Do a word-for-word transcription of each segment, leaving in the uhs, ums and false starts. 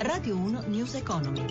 Radio uno News Economy.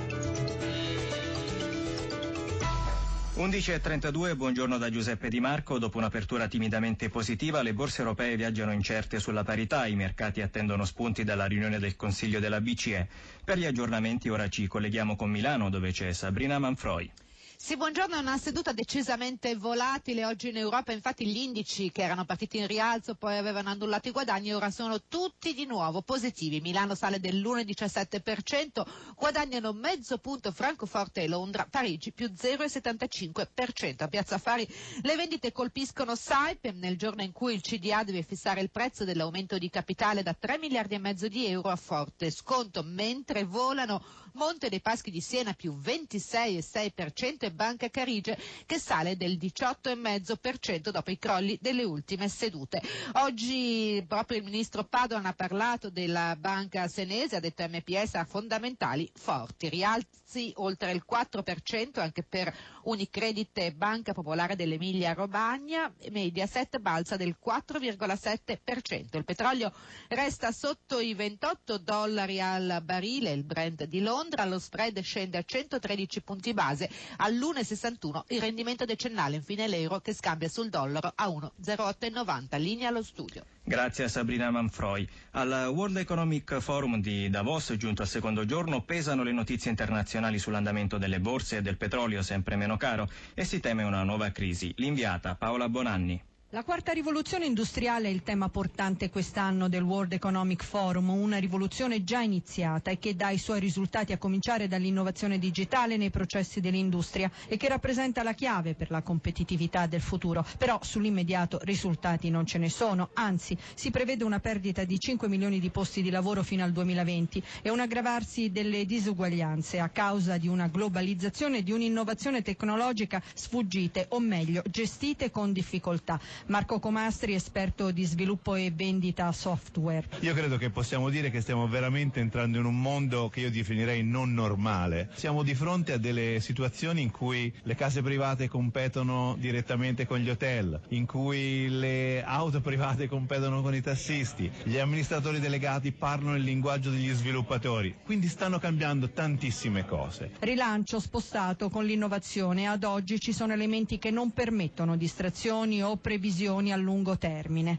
undici e trentadue, buongiorno da Giuseppe Di Marco. Dopo un'apertura timidamente positiva, le borse europee viaggiano incerte sulla parità, i mercati attendono spunti dalla riunione del Consiglio della B C E. Per gli aggiornamenti ora ci colleghiamo con Milano, dove c'è Sabrina Manfroi. Sì, buongiorno, è una seduta decisamente volatile oggi in Europa, infatti gli indici che erano partiti in rialzo poi avevano annullato i guadagni ora sono tutti di nuovo positivi. Milano sale dell'uno virgola diciassette per cento, guadagnano mezzo punto Francoforte e Londra, Parigi più zero virgola settantacinque per cento. A Piazza Affari le vendite colpiscono Saipem nel giorno in cui il C D A deve fissare il prezzo dell'aumento di capitale da tre miliardi e mezzo di euro a forte sconto, mentre volano Monte dei Paschi di Siena più ventisei virgola sei per cento e Banca Carige che sale del diciotto virgola cinque per cento dopo i crolli delle ultime sedute. Oggi proprio il ministro Padoan ha parlato della banca senese, ha detto M P S ha fondamentali forti, rialzi oltre il quattro per cento anche per Unicredit e Banca Popolare dell'Emilia Romagna, Mediaset balza del quattro virgola sette per cento. Il petrolio resta sotto i ventotto dollari al barile, il Brent di Londra, lo spread scende a centotredici punti base all'uno virgola sessantuno, il rendimento decennale, infine l'euro che scambia sul dollaro a uno virgola zero otto novanta. Linea allo studio. Grazie a Sabrina Manfroi. Al World Economic Forum di Davos, giunto al secondo giorno, pesano le notizie internazionali sull'andamento delle borse e del petrolio sempre meno caro e si teme una nuova crisi. L'inviata Paola Bonanni. La quarta rivoluzione industriale è il tema portante quest'anno del World Economic Forum, una rivoluzione già iniziata e che dà i suoi risultati a cominciare dall'innovazione digitale nei processi dell'industria e che rappresenta la chiave per la competitività del futuro. Però sull'immediato risultati non ce ne sono, anzi si prevede una perdita di cinque milioni di posti di lavoro fino al duemilaventi e un aggravarsi delle disuguaglianze a causa di una globalizzazione e di un'innovazione tecnologica sfuggite o meglio gestite con difficoltà. Marco Comastri, esperto di sviluppo e vendita software. Io credo che possiamo dire che stiamo veramente entrando in un mondo che io definirei non normale. Siamo di fronte a delle situazioni in cui le case private competono direttamente con gli hotel, in cui le auto private competono con i tassisti, gli amministratori delegati parlano il linguaggio degli sviluppatori, quindi stanno cambiando tantissime cose. Rilancio spostato con l'innovazione, ad oggi ci sono elementi che non permettono distrazioni o previsioni a lungo termine.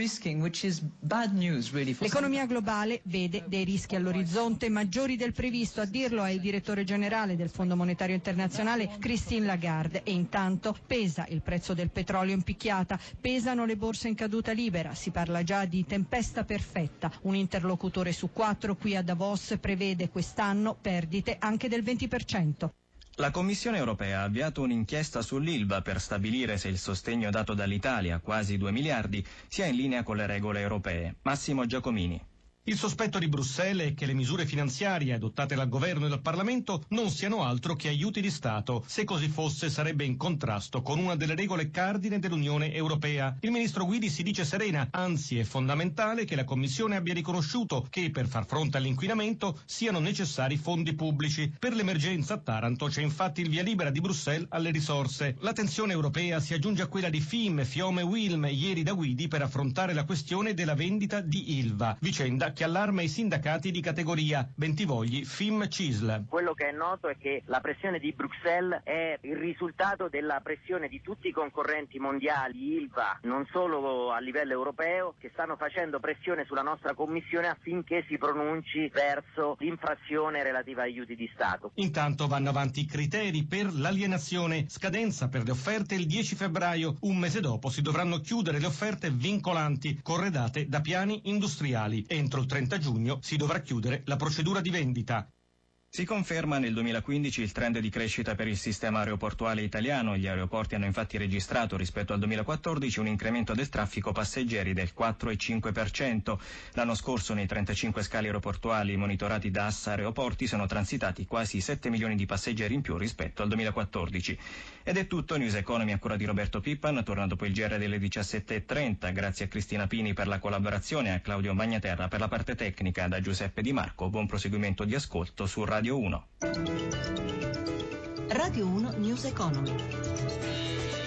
L'economia globale vede dei rischi all'orizzonte maggiori del previsto, a dirlo è il direttore generale del Fondo Monetario Internazionale Christine Lagarde, e intanto pesa il prezzo del petrolio in picchiata, pesano le borse in caduta libera, si parla già di tempesta perfetta. Un interlocutore su quattro qui a Davos prevede quest'anno perdite anche del venti per cento. La Commissione europea ha avviato un'inchiesta sull'Ilva per stabilire se il sostegno dato dall'Italia, quasi due miliardi, sia in linea con le regole europee. Massimo Giacomini. Il sospetto di Bruxelles è che le misure finanziarie adottate dal governo e dal Parlamento non siano altro che aiuti di Stato. Se così fosse sarebbe in contrasto con una delle regole cardine dell'Unione Europea. Il ministro Guidi si dice serena, anzi è fondamentale che la Commissione abbia riconosciuto che per far fronte all'inquinamento siano necessari fondi pubblici. Per l'emergenza a Taranto c'è infatti il via libera di Bruxelles alle risorse. L'attenzione europea si aggiunge a quella di F I M, Fiome e Wilm ieri da Guidi per affrontare la questione della vendita di Ilva, vicenda che allarma i sindacati di categoria. Bentivogli, F I M C I S L. Quello che è noto è che la pressione di Bruxelles è il risultato della pressione di tutti i concorrenti mondiali, Ilva, non solo a livello europeo, che stanno facendo pressione sulla nostra Commissione affinché si pronunci verso l'infrazione relativa agli aiuti di Stato. Intanto vanno avanti i criteri per l'alienazione, scadenza per le offerte il dieci febbraio. Un mese dopo si dovranno chiudere le offerte vincolanti, corredate da piani industriali. Entro il trenta giugno si dovrà chiudere la procedura di vendita. Si conferma nel duemilaquindici il trend di crescita per il sistema aeroportuale italiano. Gli aeroporti hanno infatti registrato rispetto al duemilaquattordici un incremento del traffico passeggeri del quattro virgola cinque per cento. L'anno scorso nei trentacinque scali aeroportuali monitorati da Assa Aeroporti sono transitati quasi sette milioni di passeggeri in più rispetto al duemilaquattordici. Ed è tutto. News Economy a cura di Roberto Pippan torna dopo il G R delle diciassette e trenta. Grazie a Cristina Pini per la collaborazione e a Claudio Magnaterra per la parte tecnica. Da Giuseppe Di Marco, buon proseguimento di ascolto su Radio uno. Radio uno News Economy.